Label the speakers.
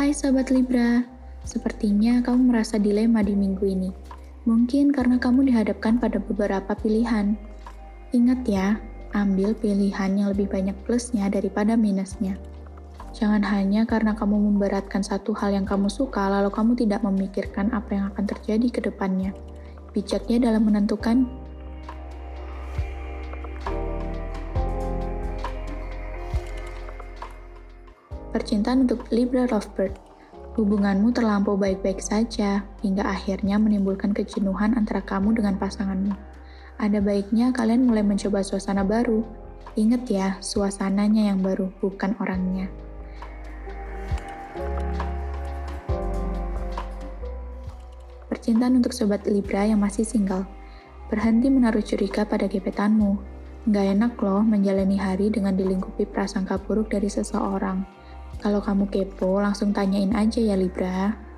Speaker 1: Hai Sobat Libra, sepertinya kamu merasa dilema di minggu ini. Mungkin karena kamu dihadapkan pada beberapa pilihan. Ingat ya, ambil pilihan yang lebih banyak plusnya daripada minusnya. Jangan hanya karena kamu memberatkan satu hal yang kamu suka, lalu kamu tidak memikirkan apa yang akan terjadi ke depannya. Bijaknya dalam menentukan. Percintaan untuk Libra Lovebird. Hubunganmu terlampau baik-baik saja, hingga akhirnya menimbulkan kejenuhan antara kamu dengan pasanganmu. Ada baiknya kalian mulai mencoba suasana baru. Ingat ya, suasananya yang baru, bukan orangnya. Percintaan untuk Sobat Libra yang masih single. Berhenti menaruh curiga pada gebetanmu. Nggak enak loh menjalani hari dengan dilingkupi prasangka buruk dari seseorang. Kalau kamu kepo, langsung tanyain aja ya Libra.